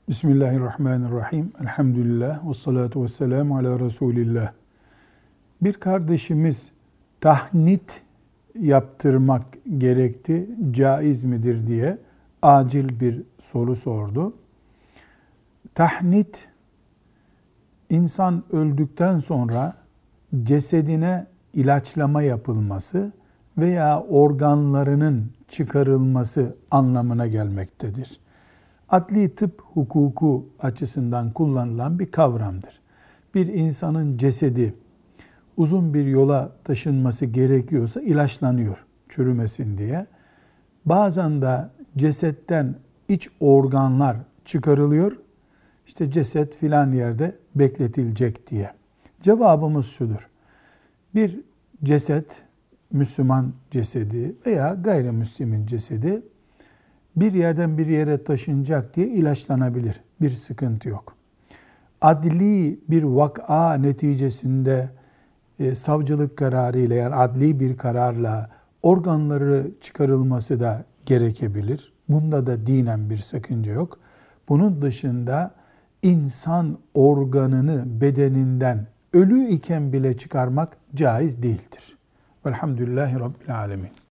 Bismillahirrahmanirrahim. Elhamdülillah. Ve salatu ve selamu ala Resulillah. Bir kardeşimiz tahnit yaptırmak gerekti, caiz midir diye acil bir soru sordu. Tahnit, insan öldükten sonra cesedine ilaçlama yapılması veya organlarının çıkarılması anlamına gelmektedir. Adli tıp hukuku açısından kullanılan bir kavramdır. Bir insanın cesedi uzun bir yola taşınması gerekiyorsa ilaçlanıyor çürümesin diye. Bazen de cesetten iç organlar çıkarılıyor. İşte ceset filan yerde bekletilecek diye. Cevabımız şudur. Bir ceset, Müslüman cesedi veya gayrimüslimin cesedi bir yerden bir yere taşınacak diye ilaçlanabilir. Bir sıkıntı yok. Adli bir vaka neticesinde savcılık kararıyla, yani adli bir kararla organları çıkarılması da gerekebilir. Bunda da dinen bir sakınca yok. Bunun dışında insan organını bedeninden ölü iken bile çıkarmak caiz değildir. Velhamdülillahi Rabbil Alemin.